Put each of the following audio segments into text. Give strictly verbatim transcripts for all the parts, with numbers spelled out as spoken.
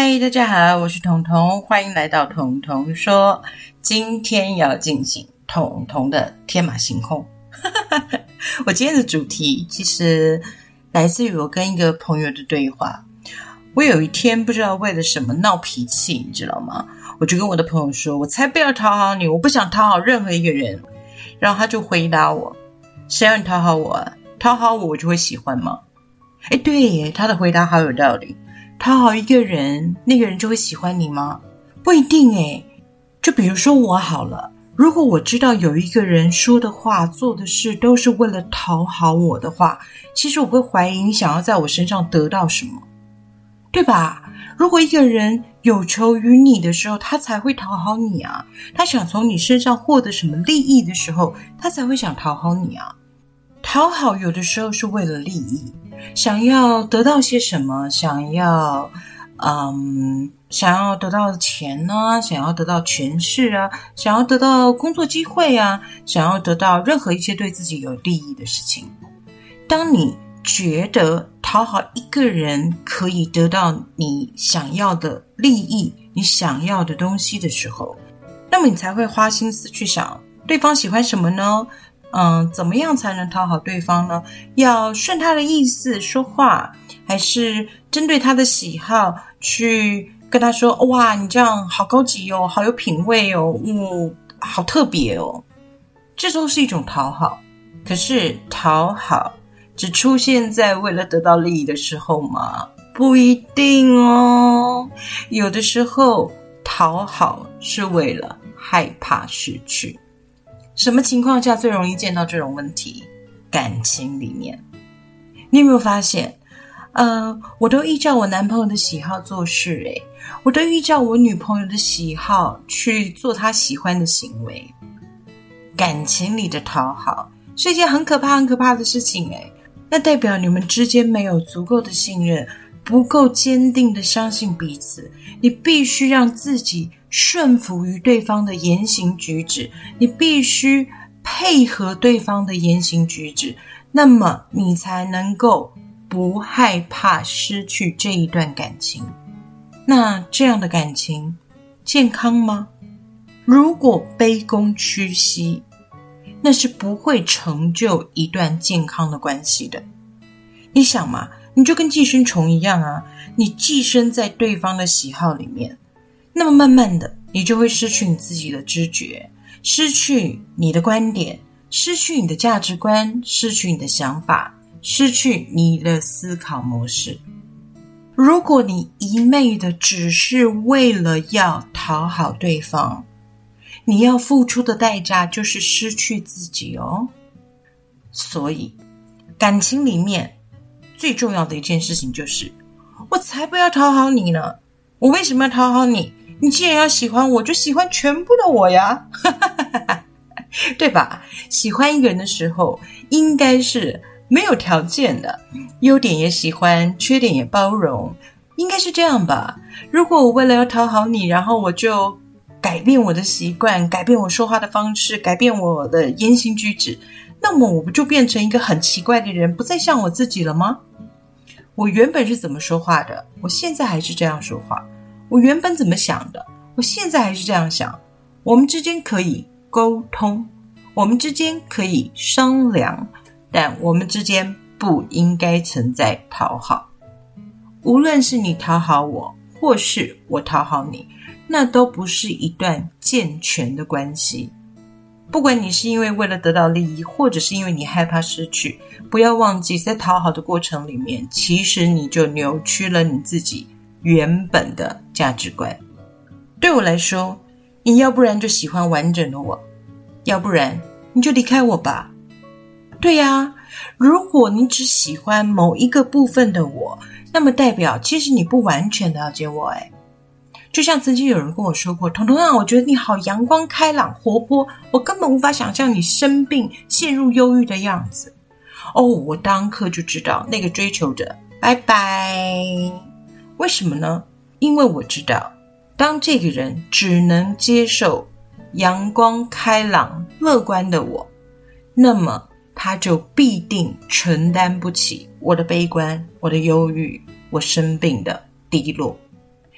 嗨，大家好，我是彤彤，欢迎来到彤彤说。今天要进行彤彤的天马行空。我今天的主题其实来自于我跟一个朋友的对话。我有一天不知道为了什么闹脾气，你知道吗？我就跟我的朋友说，我才不要讨好你，我不想讨好任何一个人。然后他就回答我，谁让你讨好我啊？讨好我我就会喜欢吗？诶，对耶，他的回答好有道理。讨好一个人，那个人就会喜欢你吗？不一定诶。就比如说我好了，如果我知道有一个人说的话做的事都是为了讨好我的话，其实我会怀疑你想要在我身上得到什么，对吧？如果一个人有求于你的时候，他才会讨好你啊。他想从你身上获得什么利益的时候，他才会想讨好你啊。讨好有的时候是为了利益，想要得到些什么，想要嗯，想要得到钱啊，想要得到权势啊，想要得到工作机会啊，想要得到任何一些对自己有利益的事情。当你觉得讨好一个人可以得到你想要的利益，你想要的东西的时候，那么你才会花心思去想对方喜欢什么呢？嗯，怎么样才能讨好对方呢？要顺他的意思说话，还是针对他的喜好去跟他说，哇，你这样好高级哦，好有品味哦，嗯，好特别哦。这都是一种讨好。可是讨好只出现在为了得到利益的时候吗？不一定哦。有的时候讨好是为了害怕失去。什么情况下最容易见到这种问题？感情里面。你有没有发现呃，我都依照我男朋友的喜好做事诶，我都依照我女朋友的喜好去做她喜欢的行为。感情里的讨好是一件很可怕很可怕的事情诶，那代表你们之间没有足够的信任，不够坚定的相信彼此。你必须让自己顺服于对方的言行举止，你必须配合对方的言行举止，那么你才能够不害怕失去这一段感情。那这样的感情健康吗？如果卑躬屈膝，那是不会成就一段健康的关系的。你想嘛，你就跟寄生虫一样啊，你寄生在对方的喜好里面，那么慢慢的你就会失去你自己的知觉，失去你的观点，失去你的价值观，失去你的想法，失去你的思考模式。如果你一昧的只是为了要讨好对方，你要付出的代价就是失去自己哦。所以感情里面最重要的一件事情就是，我才不要讨好你呢，我为什么要讨好你？你既然要喜欢我，就喜欢全部的我呀。对吧？喜欢一个人的时候应该是没有条件的，优点也喜欢，缺点也包容，应该是这样吧。如果我为了要讨好你，然后我就改变我的习惯，改变我说话的方式，改变我的言行举止，那么我不就变成一个很奇怪的人，不再像我自己了吗？我原本是怎么说话的，我现在还是这样说话。我原本怎么想的，我现在还是这样想。我们之间可以沟通，我们之间可以商量，但我们之间不应该存在讨好。无论是你讨好我，或是我讨好你，那都不是一段健全的关系。不管你是因为为了得到利益，或者是因为你害怕失去，不要忘记在讨好的过程里面，其实你就扭曲了你自己原本的价值观。对我来说，你要不然就喜欢完整的我，要不然你就离开我吧。对呀，如果你只喜欢某一个部分的我，那么代表其实你不完全了解我诶。就像曾经有人跟我说过，彤彤啊，我觉得你好阳光开朗活泼，我根本无法想象你生病陷入忧郁的样子。哦，我当刻就知道那个追求者拜拜。为什么呢？因为我知道当这个人只能接受阳光开朗乐观的我，那么他就必定承担不起我的悲观，我的忧郁，我生病的低落。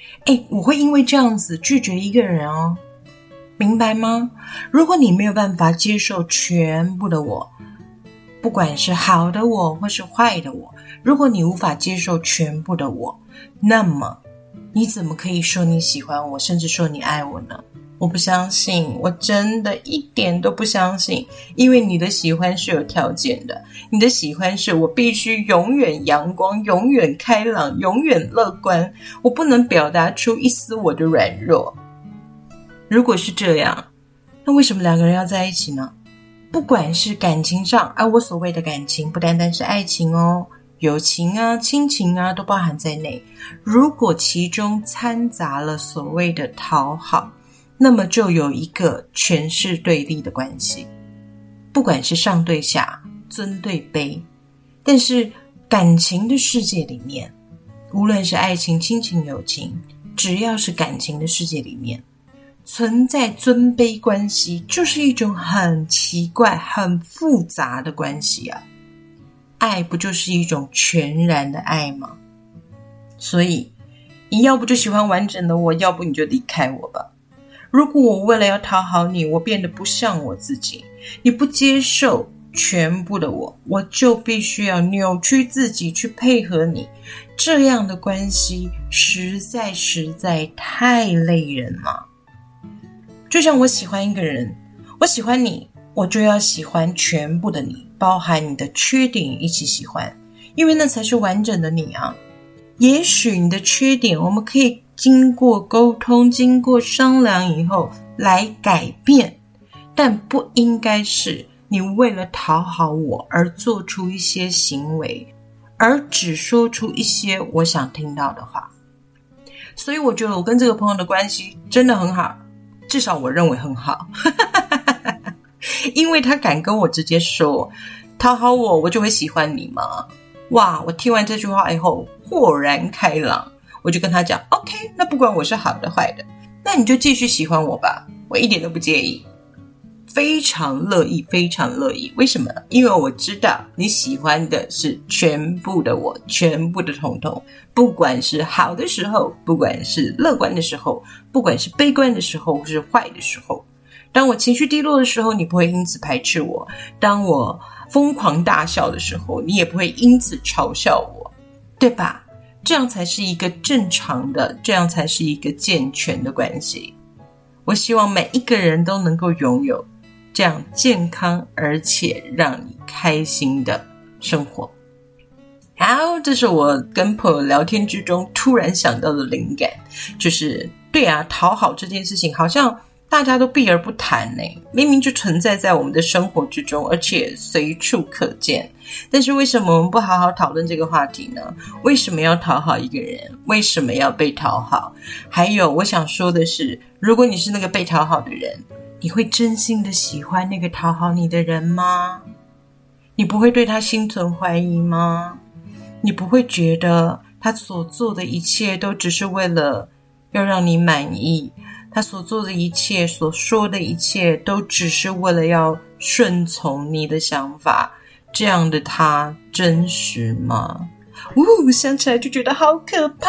诶，我会因为这样子拒绝一个人哦，明白吗？如果你没有办法接受全部的我，不管是好的我或是坏的我，如果你无法接受全部的我，那么你怎么可以说你喜欢我，甚至说你爱我呢？我不相信，我真的一点都不相信，因为你的喜欢是有条件的，你的喜欢是我必须永远阳光，永远开朗，永远乐观，我不能表达出一丝我的软弱。如果是这样，那为什么两个人要在一起呢？不管是感情上，而我所谓的感情不单单是爱情哦，友情啊、亲情啊都包含在内。如果其中掺杂了所谓的讨好，那么就有一个权势对立的关系，不管是上对下、尊对卑。但是感情的世界里面，无论是爱情、亲情、友情，只要是感情的世界里面存在尊卑关系，就是一种很奇怪、很复杂的关系啊。爱不就是一种全然的爱吗？所以你要不就喜欢完整的我，要不你就离开我吧。如果我为了要讨好你，我变得不像我自己，你不接受全部的我，我就必须要扭曲自己去配合你，这样的关系实在实在太累人了。就像我喜欢一个人，我喜欢你，我就要喜欢全部的你，包含你的缺点一起喜欢，因为那才是完整的你啊。也许你的缺点我们可以经过沟通，经过商量以后来改变，但不应该是你为了讨好我而做出一些行为，而只说出一些我想听到的话。所以我觉得我跟这个朋友的关系真的很好，至少我认为很好因为他敢跟我直接说讨好我，我就会喜欢你吗？哇，我听完这句话以后豁然开朗，我就跟他讲 OK， 那不管我是好的坏的，那你就继续喜欢我吧，我一点都不介意，非常乐意，非常乐意。为什么？因为我知道你喜欢的是全部的我，全部的统统，不管是好的时候，不管是乐观的时候，不管是悲观的时候，或是坏的时候。当我情绪低落的时候，你不会因此排斥我；当我疯狂大笑的时候，你也不会因此嘲笑我，对吧？这样才是一个正常的，这样才是一个健全的关系。我希望每一个人都能够拥有这样健康而且让你开心的生活。好，这是我跟朋友聊天之中突然想到的灵感，就是对啊，讨好这件事情好像大家都避而不谈呢，明明就存在在我们的生活之中，而且随处可见。但是为什么我们不好好讨论这个话题呢？为什么要讨好一个人？为什么要被讨好？还有我想说的是，如果你是那个被讨好的人，你会真心的喜欢那个讨好你的人吗？你不会对他心存怀疑吗？你不会觉得他所做的一切都只是为了要让你满意，他所做的一切，所说的一切都只是为了要顺从你的想法，这样的他真实吗？呜，想起来就觉得好可怕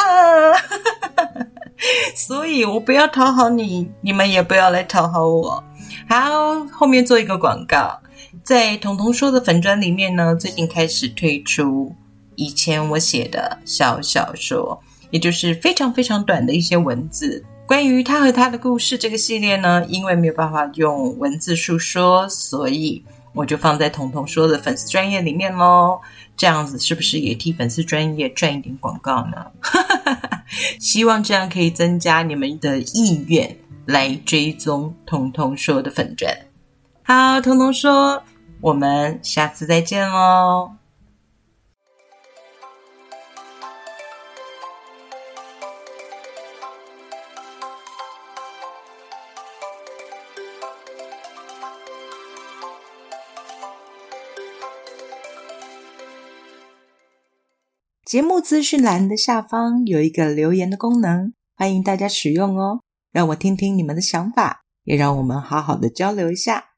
所以我不要讨好你，你们也不要来讨好我。好，后面做一个广告，在彤彤说的粉专里面呢，最近开始推出以前我写的小小说，也就是非常非常短的一些文字。关于他和他的故事这个系列呢，因为没有办法用文字述说，所以我就放在彤彤说的粉丝专页里面咯。这样子是不是也替粉丝专页赚一点广告呢希望这样可以增加你们的意愿来追踪彤彤说的粉专。好，彤彤说，我们下次再见咯。节目资讯栏的下方有一个留言的功能，欢迎大家使用哦，让我听听你们的想法，也让我们好好的交流一下。